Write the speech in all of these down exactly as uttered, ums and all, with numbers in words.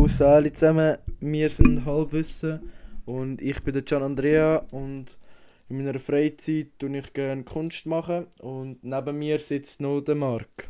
Jo, salut zusammen, wir sind Halbwissen und ich bin der Gian Andrea und in meiner Freizeit tue ich gerne Kunst machen und neben mir sitzt noch der Marc.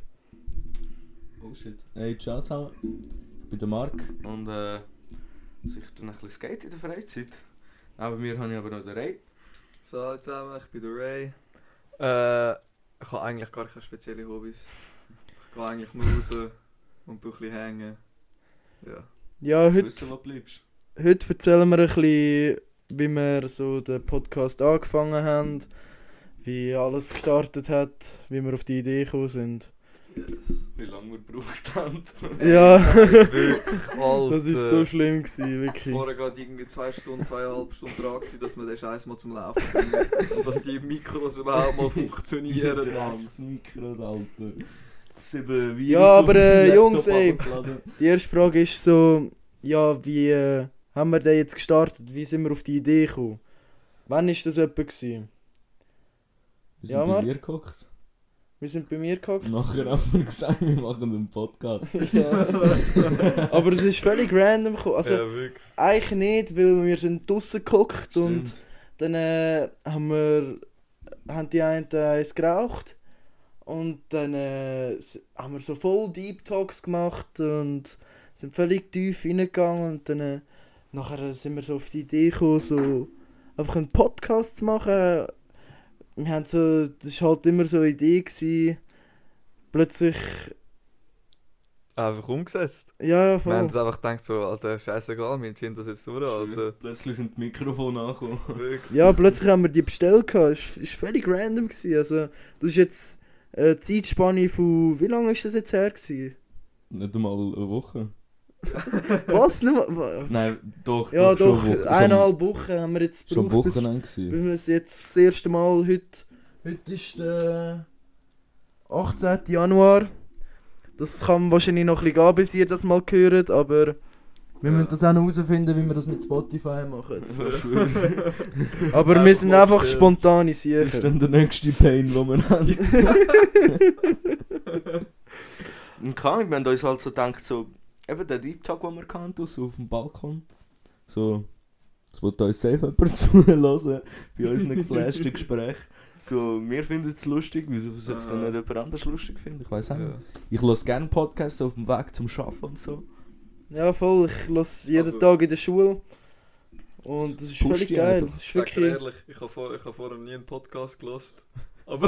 Oh shit. Hey, ciao zusammen. Ich bin der Marc und äh, ich tue ein bisschen Skate in der Freizeit. Neben mir habe ich aber noch den Ray. Salut zusammen, ich bin der Ray. Äh, ich habe eigentlich gar keine speziellen Hobbys. Ich gehe eigentlich nur raus und tue ein bisschen hängen. Ja. Ja, heute, Wissen, wo du bleibst. heute erzählen wir ein bisschen, wie wir so den Podcast angefangen haben, wie alles gestartet hat, wie wir auf die Idee gekommen sind. Yes. Wie lange wir gebraucht haben. Ja, Wirklich, Alter. das war so schlimm gewesen, wirklich. Vorher gerade irgendwie zwei Stunden, zweieinhalb Stunden dran gewesen, dass wir den Scheiß mal zum Laufen bringen. Und dass die Mikros überhaupt mal funktionieren. Mann. Das Mikro, Alter. Sieben Virus Ja, aber auf den äh, Laptop Jungs, ey, runtergeladen. die erste Frage ist so, ja, wie äh, haben wir den jetzt gestartet? Wie sind wir auf die Idee gekommen? Wann war das etwa gewesen? Wir sind Ja, bei Marc? mir geguckt. Wir sind bei mir gehockt. Und nachher haben wir gesagt, wir machen einen Podcast. Ja. Aber es ist völlig random gekommen. Also, Ja, wirklich. eigentlich nicht, weil wir sind draussen gehockt und Stimmt. dann äh, haben wir haben die einen eins geraucht und dann äh, s- haben wir so voll Deep Talks gemacht und sind völlig tief reingegangen und dann äh, nachher sind wir so auf die Idee gekommen, so einfach einen Podcast zu machen. Wir haben so, das war halt immer so eine Idee gewesen. Plötzlich, Einfach umgesetzt. ja, ja, Wir haben voll. uns einfach gedacht, so, Alter, scheißegal, wir ziehen das jetzt durch, Alter. Plötzlich sind die Mikrofone angekommen. Wirklich. Ja, plötzlich haben wir die bestellt gehabt. Es war völlig random gewesen. Also, das ist jetzt eine Zeitspanne von, wie lange ist das jetzt her gewesen? Nicht einmal eine Woche. Was? Nicht mal, was? Nein, doch, Ja, doch, doch, schon Woche, eineinhalb Wochen haben wir jetzt Schon, schon gebraucht, bis, Wochenende bis gewesen. wir es jetzt das erste Mal, heute, heute ist der achtzehnten Januar. Das kann wahrscheinlich noch ein bisschen gehen, bis ihr das mal hört, aber wir Ja. müssen das auch noch herausfinden, wie wir das mit Spotify machen. Ich schwöre. Aber wir Einfach sind mal einfach bestellen. spontan Das ist sicher. dann der nächste Pain, den wir haben. Und keine Ahnung, wir haben uns halt so gedacht, so, eben der Deep Talk, den wir hatten, so auf dem Balkon. So, das wird uns safe jemand zuhören bei unseren geflashten Gesprächen. So, wir finden es lustig, wieso soll es dann Ah. nicht jemand anders lustig finden? Ich weiß auch nicht. Ja. Ich höre gerne Podcasts auf dem Weg zum Arbeiten und so. Ja, voll. Ich höre jeden Also- Tag in der Schule. Und das ist Pusht völlig dich geil. einfach. Das ist Ich sag dir wirklich... ehrlich, ich habe vor, ich hab vorher nie einen Podcast gelost. Aber,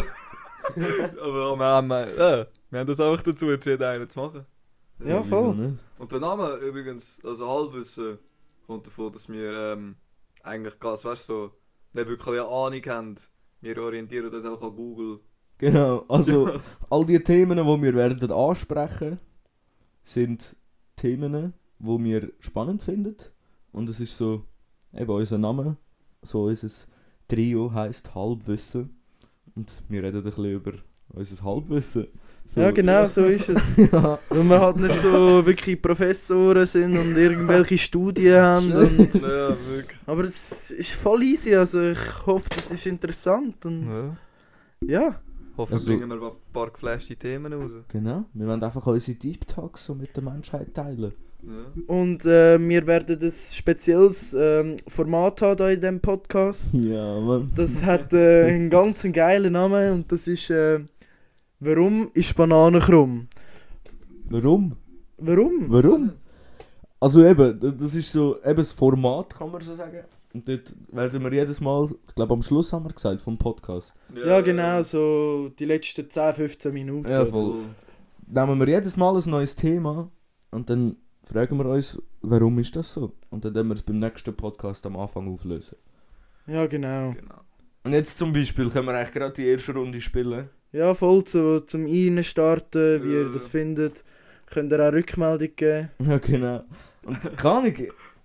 aber wir, haben, äh, wir haben das einfach dazu entschieden, einen zu machen. Ja, wieso voll. nicht? Und der Name übrigens, also Halbwissen, kommt davon, dass wir ähm, eigentlich ganz, weißt du, so, nicht wirklich eine Ahnung haben. Wir orientieren uns einfach an Google. Genau, also all die Themen, die wir werden ansprechen, sind Themen, die wir spannend finden. Und es ist so, eben unser Name, so unser Trio heisst Halbwissen. Und wir reden ein bisschen über unser Halbwissen. So, Ja, genau, so ist es. ja. Weil wir halt nicht so wirklich Professoren sind und irgendwelche Studien haben. Und, Ja, wirklich. aber es ist voll easy. Also ich hoffe, das ist interessant. Und Ja. ja, Hoffen, Also- bringen wir ein paar geflashte Themen raus. Genau, wir wollen einfach unsere Deep Talks so mit der Menschheit teilen. Ja. und äh, wir werden ein spezielles ähm, Format haben hier in diesem Podcast. Ja, Mann. Das hat äh, einen ganz geilen Namen und das ist äh, «Warum ist Banane krumm?» Warum? Warum? Warum? Also eben, d- das ist so, eben das Format, kann man so sagen. Und dort werden wir jedes Mal, ich glaube am Schluss haben wir gesagt, vom Podcast. Ja, genau, so die letzten zehn, fünfzehn Minuten. Ja, voll. Nehmen wir jedes Mal ein neues Thema und dann fragen wir uns, warum ist das so? Und dann werden wir es beim nächsten Podcast am Anfang auflösen. Ja, genau. Genau. Und jetzt zum Beispiel können wir eigentlich gerade die erste Runde spielen. Ja, voll so, zum Reinstarten, wie ihr Ja. das findet. Könnt ihr auch Rückmeldung geben. Ja, genau. Und keine Ahnung.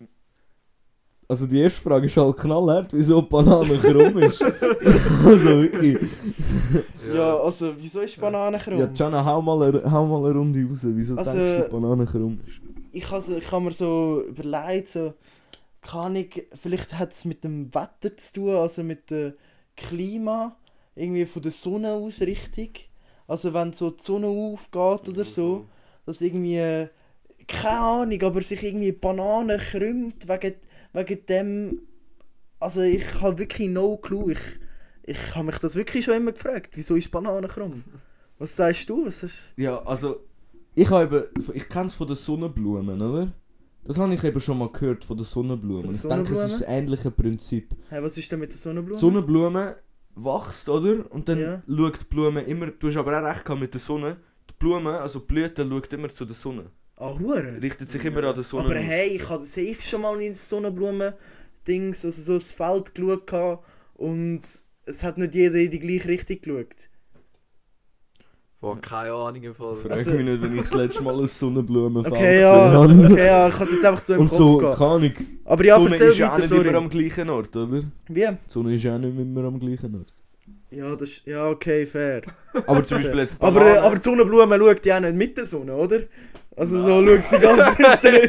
Also die erste Frage ist halt knallhart, wieso die Banane krumm ist. Also wirklich. Ja, also, wieso ist Banane krumm? Ja, Gianna, hau mal, eine, hau mal eine Runde raus, wieso Also- denkst du, die Banane krumm ist? ich habe ich hab mir so überlegt, so, keine Ahnung, vielleicht hat es mit dem Wetter zu tun, also mit dem Klima, irgendwie von der Sonnenausrichtung. Also wenn so die Sonne aufgeht oder so, dass irgendwie, keine Ahnung, aber sich irgendwie Bananen krümmt wegen, wegen dem... Also ich habe wirklich no clue. Ich, ich habe mich das wirklich schon immer gefragt. Wieso ist Banane krumm? Was sagst du? Was hast... Ja, also... Ich habe eben... Ich kenne es von den Sonnenblumen, oder? Das habe ich eben schon mal gehört von den Sonnenblumen. Von den Ich denke, es ist das ähnliche Prinzip. Hey, was ist denn mit der Sonnenblume? Die Sonnenblume wächst, oder? Und dann Ja. schaut die Blume immer... Du hast aber auch recht gehabt mit der Sonne. Die Blume, also die Blüte, schaut immer zu der Sonne. Ah, hure. Richtet sich immer an der Sonne. Aber aus. hey, ich hatte safe schon mal in das Sonnenblumen-Dings, also so das Feld geschaut gehabt und es hat nicht jeder in die gleiche Richtung geschaut. Boah, keine Ahnung im Fall. Frag Also- mich nicht, wenn ich das letzte Mal eine Sonnenblumenfeld Okay, ja, okay, ja, ich kann es jetzt einfach so im Und Kopf so, gehen. keine Ahnung. Aber Die ja, Sonne erzähl ist ja auch weiter, nicht immer sorry. am gleichen Ort, oder? Wie? Die Sonne ist ja auch nicht immer am gleichen Ort. Ja, das ist, ja, okay, fair. Aber zum Beispiel jetzt Aber, Bananen. äh, aber die Sonnenblume schaut ja auch nicht mit der Sonne, oder? Also so schaut die ganze Zeit.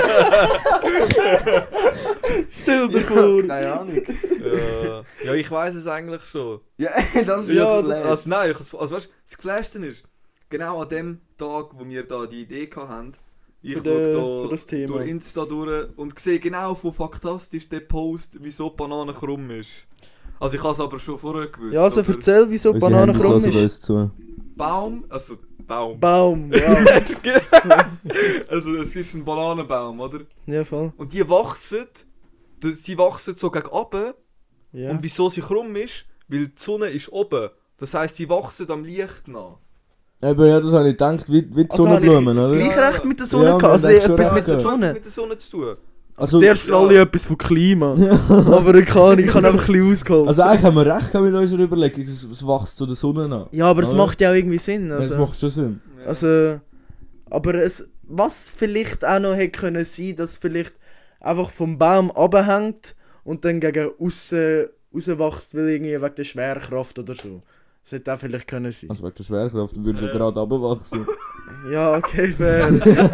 Stell dir vor. Keine Ahnung. Ja, ja, ich weiß es eigentlich schon. Ja, das ist Ja, ja, das- Also nein, ich, also weißt du, das Geflashte ist, genau an dem Tag, wo wir da die Idee hatten, ich Für den- schaue für da das Thema. durch Insta durch und sehe genau von Faktastisch den Post, wieso die Banane krumm ist. Also ich habe es aber schon vorher gewusst. Ja, also oder? erzähl, wieso Banane krumm ist. uns zu. Baum, also Baum. Baum, ja. Also es ist ein Bananenbaum, oder? Ja, voll. Und die wachsen, die- sie wachsen so gegen oben. Ja. Und wieso sie krumm ist? Weil die Sonne ist oben. Das heisst, sie wachsen am Licht nach. Eben, ja, das habe ich gedacht, wie, wie die Also habe ich Sonnenblumen, oder? gleich recht mit der Sonne Ja, gehabt, wir also haben schon etwas recht mit der gehabt. Sonne. Mit der Sonne zu tun. Also, Zuerst ja. alle etwas von Klima. Aber ich kann, ich kann einfach ein bisschen ausgeholt. also eigentlich haben wir recht gehabt mit unserer Überlegung, es, es wächst zu der Sonne nach. Ja, aber es Oder? macht ja auch irgendwie Sinn. Das Also, macht schon Sinn. Ja. also aber es, was vielleicht auch noch hätte können sein, dass vielleicht einfach vom Baum abhängt und dann gegen aussen rauswächst, weil irgendwie wegen der Schwerkraft oder so. Das hätte auch vielleicht können sein. Also wegen der Schwerkraft würde er Ja. gerade runterwachsen. Ja, okay, fair.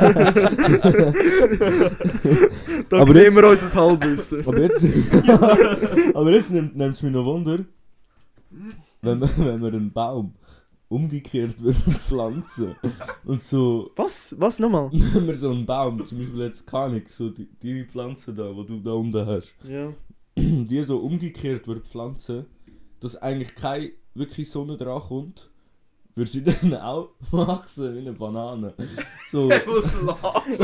Da Aber sehen jetzt- wir unser Halbwissen. Aber jetzt, aber jetzt nimmt es mich noch Wunder, wenn wir, wenn wir einen Baum umgekehrt würden pflanzen und so, Was? Was nochmal? wenn wir so einen Baum, zum Beispiel jetzt keine Ahnung, so die, die Pflanze da, die du da unten hast, Ja. die so umgekehrt würden pflanzen, dass eigentlich keine wirklich Sonne dran kommt, würde sie dann auch wachsen wie eine Banane. So, Was lachst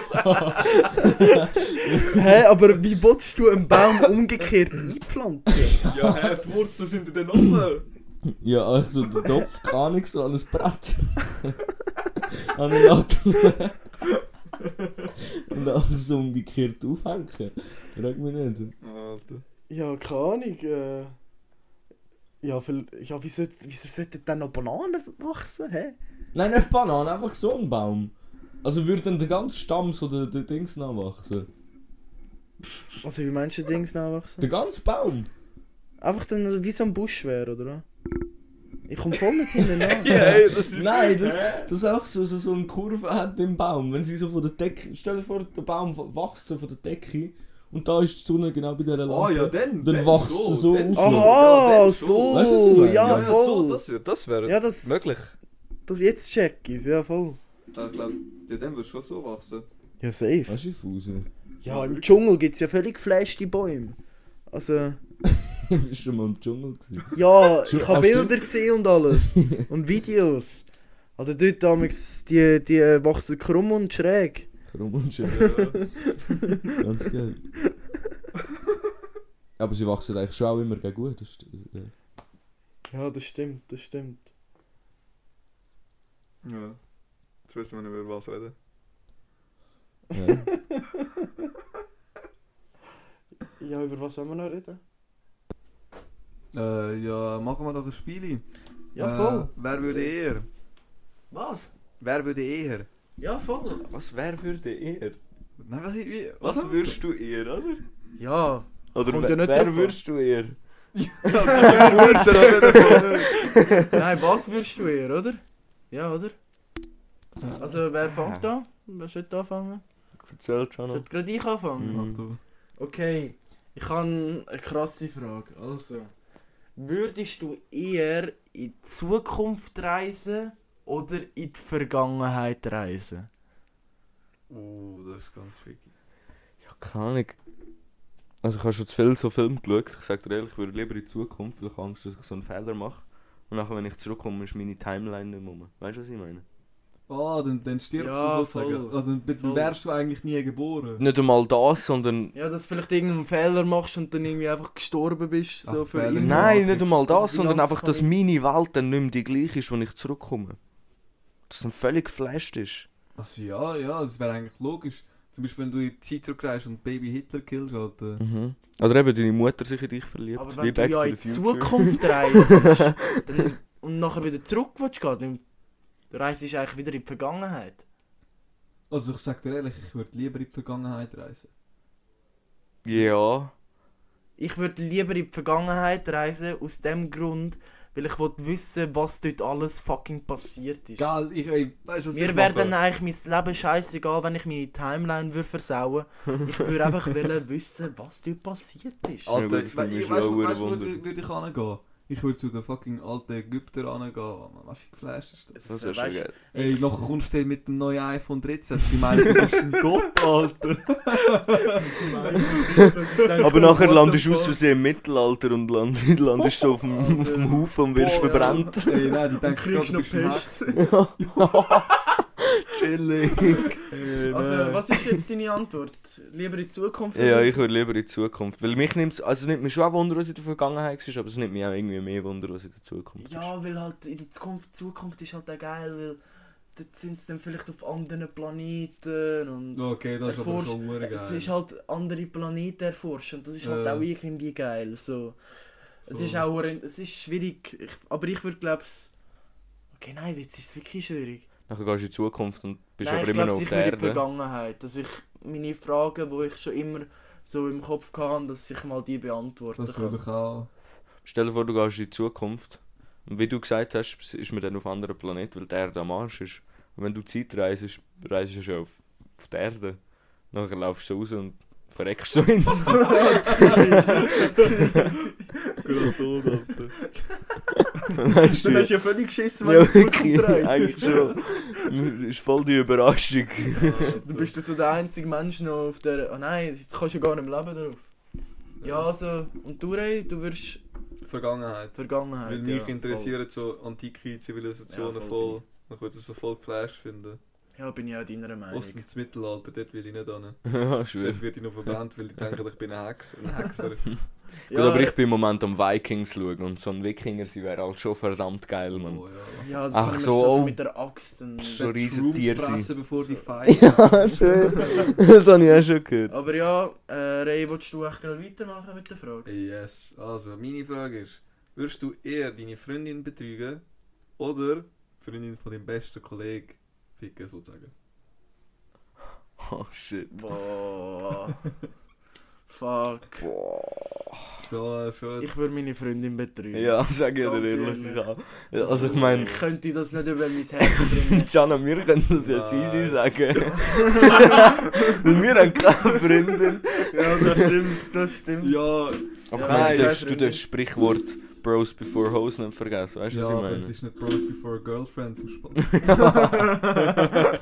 Hä, aber wie willst du einen Baum umgekehrt einpflanzen? du? Ja, hä, die Wurzeln sind dann oben. ja, also der Topf kann ich so an ein Brett. an einen Nagel. Und auch so umgekehrt aufhängen. Frag mich nicht. Alter. Ja, keine Ahnung. Äh, ja, viel, ja wieso, wieso sollten dann noch Bananen wachsen? Hä? Nein, nicht Bananen, einfach so ein Baum. Also würde dann der ganze Stamm so der, der Dings nachwachsen. Also wie meinst du Dings nachwachsen? Der ganze Baum. Einfach dann wie so ein Busch wäre, oder? Ich komme voll nicht hinten nach. Ja, ey, das ist... Nein, das, Hä? das auch so, so, so eine Kurve hat im Baum. Wenn sie so von der Decke. Stell dir vor, der Baum wächst so von der Decke und da ist die Sonne genau bei dieser Lampe. Ah ja, dann. Und dann wächst sie so dann auf. schon. Aha, Ja, dann so. schon. Weißt du, was ich meine? Ja, Ja, ja, voll. so, das wäre das wär Ja, das- möglich. Das jetzt check ich's, ja voll. Ich glaube, ja, dann wird schon so wachsen. Ja, safe. Weißt du, wie Fuse? Ja, im Dschungel gibt's ja völlig geflashte Bäume. Also, Bist du schon mal im Dschungel gewesen? ja, Schon- ich habe hast du- Bilder gesehen und alles. Und Videos. Also dort damals, die, die wachsen krumm und schräg. Krumm und schön. Ja. Ganz geil. Aber sie wachsen eigentlich schon auch immer gegen gut. Das ist, äh, Ja, das stimmt, das stimmt. Ja. Jetzt wissen wir nicht, über was reden. ja. Ja, über was wollen wir noch reden? Äh, ja, machen wir doch ein Spiel. Ja, voll. Äh, wer würde eher? Was? Wer würde eher? Ja, voll. Was, wer würde eher? Nein, was, wie, was würdest du eher, oder? Ja. Oder Kommt wer, ja nicht wer drauf an. würdest du eher? Wer würdest du auf jeden Fall nicht. Nein, was würdest du eher, oder? Ja, oder? Also, wer fängt an? Wer sollte anfangen? Erzähl schon Sollte gerade ich anfangen? Mach du. Okay, ich habe eine krasse Frage. Also, würdest du eher in die Zukunft reisen oder in die Vergangenheit reisen? Oh, das ist ganz tricky. Ja, keine Ahnung. Also ich habe schon zu viel so Filme geschaut. Ich sage dir ehrlich, ich würde lieber in die Zukunft, weil ich habe Angst, dass ich so einen Fehler mache. Und nachher, wenn ich zurückkomme, ist meine Timeline nicht mehr rum. Weißt du, was ich meine? Ah, dann, dann stirbst Ja, du sozusagen. voll. Ah, dann, dann Voll. wärst du eigentlich nie geboren. Nicht einmal das, sondern... Ja, dass du vielleicht irgendeinen Fehler machst und dann irgendwie einfach gestorben bist. So Ach, für Fehler. immer. Nein, Matrix. nicht einmal das, Also die sondern ganze einfach, dass Familie- meine Welt dann nicht mehr die gleiche ist, wenn ich zurückkomme. Dass dann völlig geflasht ist. Also ja, ja, das wäre eigentlich logisch. Zum Beispiel, wenn du in die Zeit zurückreist und Baby Hitler killst, Alter. Mhm. Oder eben deine Mutter sich in dich verliebt. Aber wie wenn du Back ja to in the die Future. Zukunft reist dann, und nachher wieder zurück willst gehen, dann reist du eigentlich wieder in die Vergangenheit. Also ich sag dir ehrlich, ich würde lieber in die Vergangenheit reisen. Ja. Ich würde lieber in die Vergangenheit reisen, aus dem Grund, weil ich will wissen, was dort alles fucking passiert ist. Geil, ich, ey, weißt du, was Mir ich wäre mache? dann eigentlich mein Leben scheißegal, wenn ich meine Timeline würde versauen würde. Ich würde einfach wollen wissen, was dort passiert ist. Ja, gut, Alter, das we- finde ich ich schon weißt auch du, ein weißt du, wo Wunder. würde würd ich hingehen? Ich würde zu den fucking alten Ägyptern hingehen. Weißt du, wie geflasht ist das? Das wäre schon Weißt du, geil. Ey, nachher kommst du mit dem neuen iPhone dreizehn. Die meinen, du bist ein Gott, Alter. Aber nachher landest du aus Versehen im Mittelalter und land- landest so auf dem, auf dem Haufen und wirst Boah, verbrannt. Ja. Ey, nein, die denken kriegst gerade, noch du bist ein Pest. Hex. Chillig. Also, was ist jetzt deine Antwort? Lieber in die Zukunft? Ja, oder? ich würde lieber in die Zukunft. Weil mich nimmt es, also nimmt mich schon auch Wunder, was in der Vergangenheit war, aber es nimmt mich auch irgendwie mehr Wunder, was in der Zukunft ist. Ja, weil halt in der Zukunft, Zukunft ist halt auch geil, weil dort sind sie dann vielleicht auf anderen Planeten und Okay, das ist aber erforscht- schon hure es geil. ist halt andere Planeten erforschen und das ist halt Ja. auch irgendwie geil. So. Es So. ist auch es ist schwierig, ich, aber ich würde glaube es... Okay, nein, jetzt ist es wirklich schwierig. Nachher gehst du in die Zukunft und bist nein, aber ich immer glaube, noch ich auf würde der in die Erde. Vergangenheit, dass ich meine Fragen, die ich schon immer so im Kopf hatte, dass ich mal die beantworten Das würde kann. ich auch. Stell dir vor, du gehst in die Zukunft und wie du gesagt hast, ist man dann auf einem anderen Planeten, weil die Erde am Arsch ist. Und wenn du Zeit reist, reist du schon auf, auf die Erde. Nachher laufst du raus und verreckst so instant. Gerade tot, Alter. Weißt Dann du? hast du ja völlig geschissen, wenn Ja, du in die Zukunft wirklich, reist. eigentlich schon. Das ist voll die Überraschung. Du bist so der einzige Mensch noch auf der... Oh nein, du kannst ja gar nicht mehr leben darauf. Ja, also... Und du, Ray, du wirst... Vergangenheit. Vergangenheit, Weil ja, mich interessieren so antike Zivilisationen Ja, voll. voll. Ich würde es so voll geflasht finden. Voll. Ja, bin ich auch deiner Meinung. Ausser das Mittelalter, dort will ich nicht hin. Ja, schwör. Dort wird ich noch verbrannt, weil ich denke, ich bin ein Hex, ein Hexer. Gut, Ja, aber ich bin im Moment am Vikings schauen und so ein Wikinger, sie wäre halt schon verdammt geil, Mann. Oh, ja. Ja, das Ach kann ich mir so, so, oh. so mit der Axt... Und So Shrooms riesen Tier fressen, sein. bevor die So. feiern. Ja, schön. Das habe ich auch schon gehört. Aber ja, äh, Ray, willst du echt gerade weitermachen mit der Frage? Yes. Also, meine Frage ist, würdest du eher deine Freundin betrügen oder die Freundin von deinem besten Kollegen ficken, sozusagen? Oh shit. Boah. Fuck. Boah. Schon, schon. Ich würde meine Freundin betrügen. Ja, sag ich dir Ganz ehrlich. ehrlich. Ja. Ja, also ich meine, Ich könnte das nicht über mein Herz bringen. Jana, wir können das jetzt Nein. easy sagen. Weil wir haben keine Freundin. Ja, das stimmt, das stimmt. Ja, Aber Ja, ich meine, nein, du, darfst, keine du darfst das Sprichwort Bros before Hoes nicht vergessen, weißt du, Ja, was ich aber meine? es ist nicht Bros before Girlfriend, du Spaß.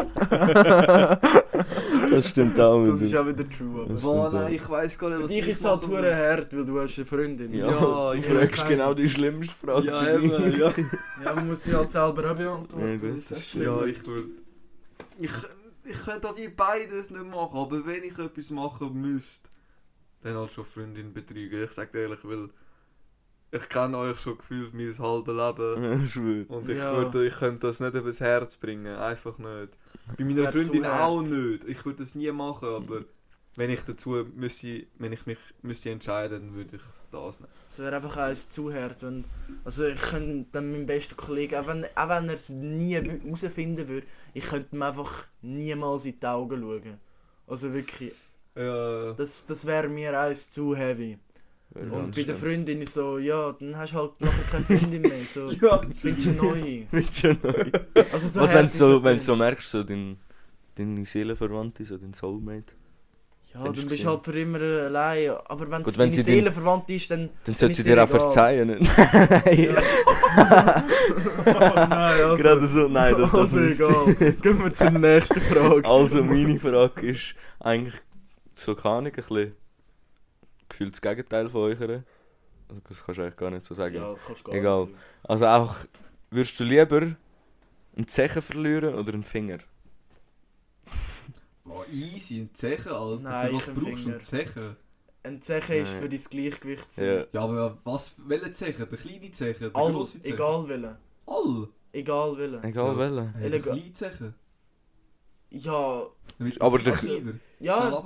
Das stimmt auch Das ist auch wieder true. Aber. Boah, nein, ich weiß gar nicht, Für was dich ich ist es halt machen hure hart, weil du hast eine Freundin. Ja, Ja, ich ich fragst keine. genau die schlimmste Frage. Ja, für dich. eben, ja. Ja, man muss sie halt selber auch beantworten. Ja, gut, Das ist das echt stimmt. schlimm. Ja, ich würde... Ich, ich könnte auch wie beides nicht machen, aber wenn ich etwas machen müsste, dann halt schon Freundin betrügen. Ich sag dir ehrlich, weil ich kenne euch schon gefühlt mein halbes Leben. Ja, schwör. Und ich, Ja. würde, ich könnte das nicht übers Herz bringen, einfach nicht. Bei Das meiner wär zu Freundin hart. auch nicht. Ich würde das nie machen, aber wenn ich dazu müsste, wenn ich mich müsste entscheiden, dann würde ich das nehmen. Es wäre einfach eins zu hart. Wenn, also ich könnte dann meinem besten Kollegen, auch wenn, auch wenn er es nie wü- herausfinden würde, ich könnte ihm einfach niemals in die Augen schauen. Also wirklich, Ja, das, das wäre mir eins zu heavy. Wäre Und ganz bei der schlimm. Freundin ist so, ja, dann hast du halt nachher keine Freundin mehr. So, ja, findest du eine neue. Findest du neu? Also so Was, hart wenn du ist so, es wenn du dann. so merkst, so dein, deine Seelenverwandte, so dein Soulmate? Ja, Dann dann ist bist du gesehen. halt für immer allein. Aber wenn Gut, es wenn deine sie Seele verwandt ist, dann... Dann sollte ist sie es dir auch egal. verzeihen. Nein. Nein, also... Gerade so, nein, das, das also nicht. egal. Gehen wir zur nächsten Frage. Also meine Frage ist eigentlich so keine Ahnung, ein bisschen gefühlt das Gegenteil von eurer. Also das kannst du eigentlich gar nicht so sagen. Ja, das kannst du gar Egal. nicht. Also auch, würdest du lieber einen Zechen verlieren oder einen Finger? Oh, easy, ein Zechen, Alter. Nein, Für was ich brauchst empfinde- du ein Zechen? Ein Zechen ist Nein. für dein Gleichgewicht zu Ja. Ja, aber was, welcher Zechen? Der kleine Zechen? Der All, grosse Zechen? egal welchen. All? Egal welchen. Egal Ja. welchen. Hey, der Illegal. kleine Zechen? Ja, Damit Aber man der- es wieder ja, schnell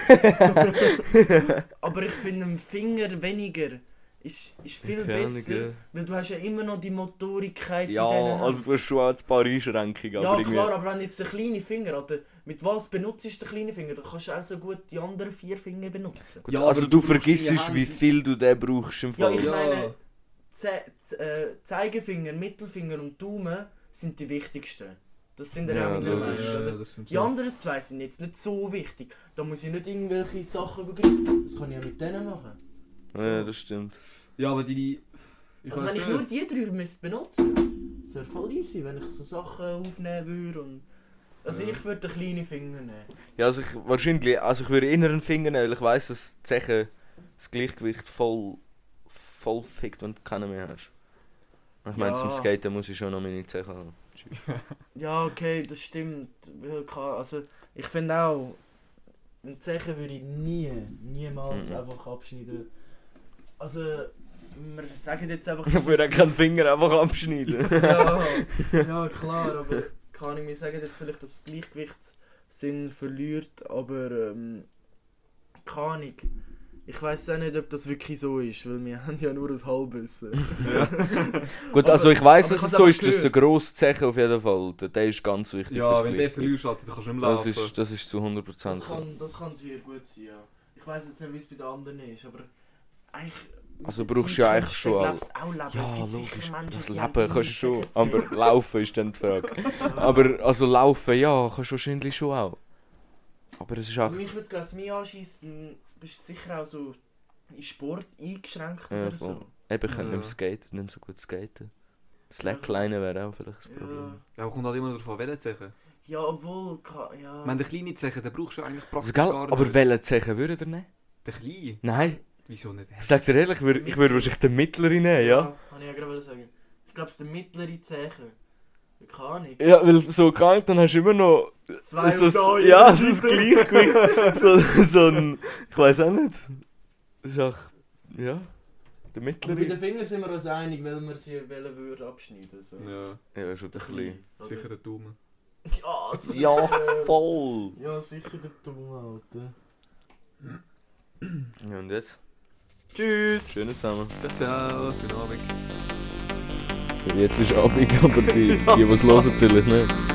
abheilen. aber ich finde ein Finger weniger ist, ist viel Keine besser, Ahnung, weil du hast ja immer noch die Motorikkeit ja, in diesen also du hast schon auch ein paar Einschränkungen. Ja aber irgendwie- klar, aber wenn jetzt der kleine Finger, oder mit was benutzt du den kleinen Finger, dann kannst du auch so gut die anderen vier Finger benutzen. Gut, Ja, also aber du du brauchst vergisst, die wie Hände. viel du den brauchst im Ja, Fall. ich Ja. meine, Ze Ze äh, Zeigefinger, Mittelfinger und Daumen sind die wichtigsten. Das sind ja Ja, auch meiner logisch. Meinung nach, oder? das stimmt Die anderen zwei sind jetzt nicht so wichtig. Da muss ich nicht irgendwelche Sachen greifen. Das kann ich ja mit denen machen. Ja, das stimmt. Ja, aber die... Ich Also weiss wenn ich nicht. nur die drei müsste benutzen, das wäre voll easy, wenn ich so Sachen aufnehmen würde. Und also Ja. ich würde den kleinen Finger nehmen. Ja, also ich, wahrscheinlich, also ich würde eher einen Finger nehmen, weil ich weiss, dass die Zechen das Gleichgewicht voll, voll fickt, wenn du keinen mehr hast. Und ich meine, Ja. zum Skaten muss ich schon noch meine Zechen haben. Ja, okay, das stimmt. Weil ka- Also ich finde auch, einen Zechen würde ich nie, niemals Mhm. einfach abschneiden. Also, wir sagen jetzt einfach... Ich würde auch keinen Finger einfach abschneiden. ja, ja, klar, aber kann ich mir sagen jetzt vielleicht, dass das Gleichgewichtssinn verliert, aber ähm, keine Ahnung. Ich weiss auch nicht, ob das wirklich so ist, weil wir haben ja nur ein halbes. Gut, Aber- also ich weiss, aber dass ich es hab's so einfach ist, dass der gehört. grosse Zechen auf jeden Fall, der, der ist ganz wichtig Ja, fürs wenn du den Gleichgewicht. verlierst, Alter, dann kannst du nicht mehr Das laufen. ist, das ist zu hundert Prozent Das so. kann, das kann sehr gut sein, ja. Ich weiss jetzt nicht, wie es bei den anderen ist, aber eigentlich... Also mit der brauchst du Zeit ja kannst eigentlich schon glaub's, auch leben. Ja, es gibt logisch. sicher Menschen, Das die Leben haben kannst du nie schon, Zechen aber laufen ist dann die Frage. Aber also laufen, ja, kannst du wahrscheinlich schon auch. Aber es ist auch... Mich würde es gerade mir anschießen, bist du sicher auch so in Sport eingeschränkt Ja, oder voll. so. Eben, ich könnte Ja. nicht mehr skaten, nicht mehr so gut skaten. Slackline wäre auch vielleicht ein Problem. Ja, Ja, aber kommt halt immer noch davon, welche Zechen. ja obwohl... ka- Ja. Ich meine, den kleinen Zechen, den brauchst du eigentlich Also, praktisch gell, gar aber nicht. welche Zechen würdet ihr nehmen? Den kleinen? Nein, Wieso nicht? ich sag dir ehrlich, ich würde ich würd wahrscheinlich den mittleren nehmen, ja. Kann ich ja gerade sagen. Ich glaube, es ist der mittlere Zeichen. Keine Ahnung. Ja, weil so kalt, dann hast du immer noch Zwei so, auf da, ja, jeder so das Seite. Gleichgewicht. so, so ein, ich weiß auch nicht. Das ist auch, ja, der Aber bei den mittlere. Fingern sind wir uns einig, weil wir sie wollen würden abschneiden. So. Ja, Ja, schon der kleine. Oder? sicher der Daumen. Ja, sicher. Ja, voll. Ja, sicher der Daumen, Alter. Ja, und jetzt? Tschüss! Schönen zusammen. Ciao, ciao, schönen Abend. Jetzt ist Abend, aber die, die, die es hören, vielleicht nicht.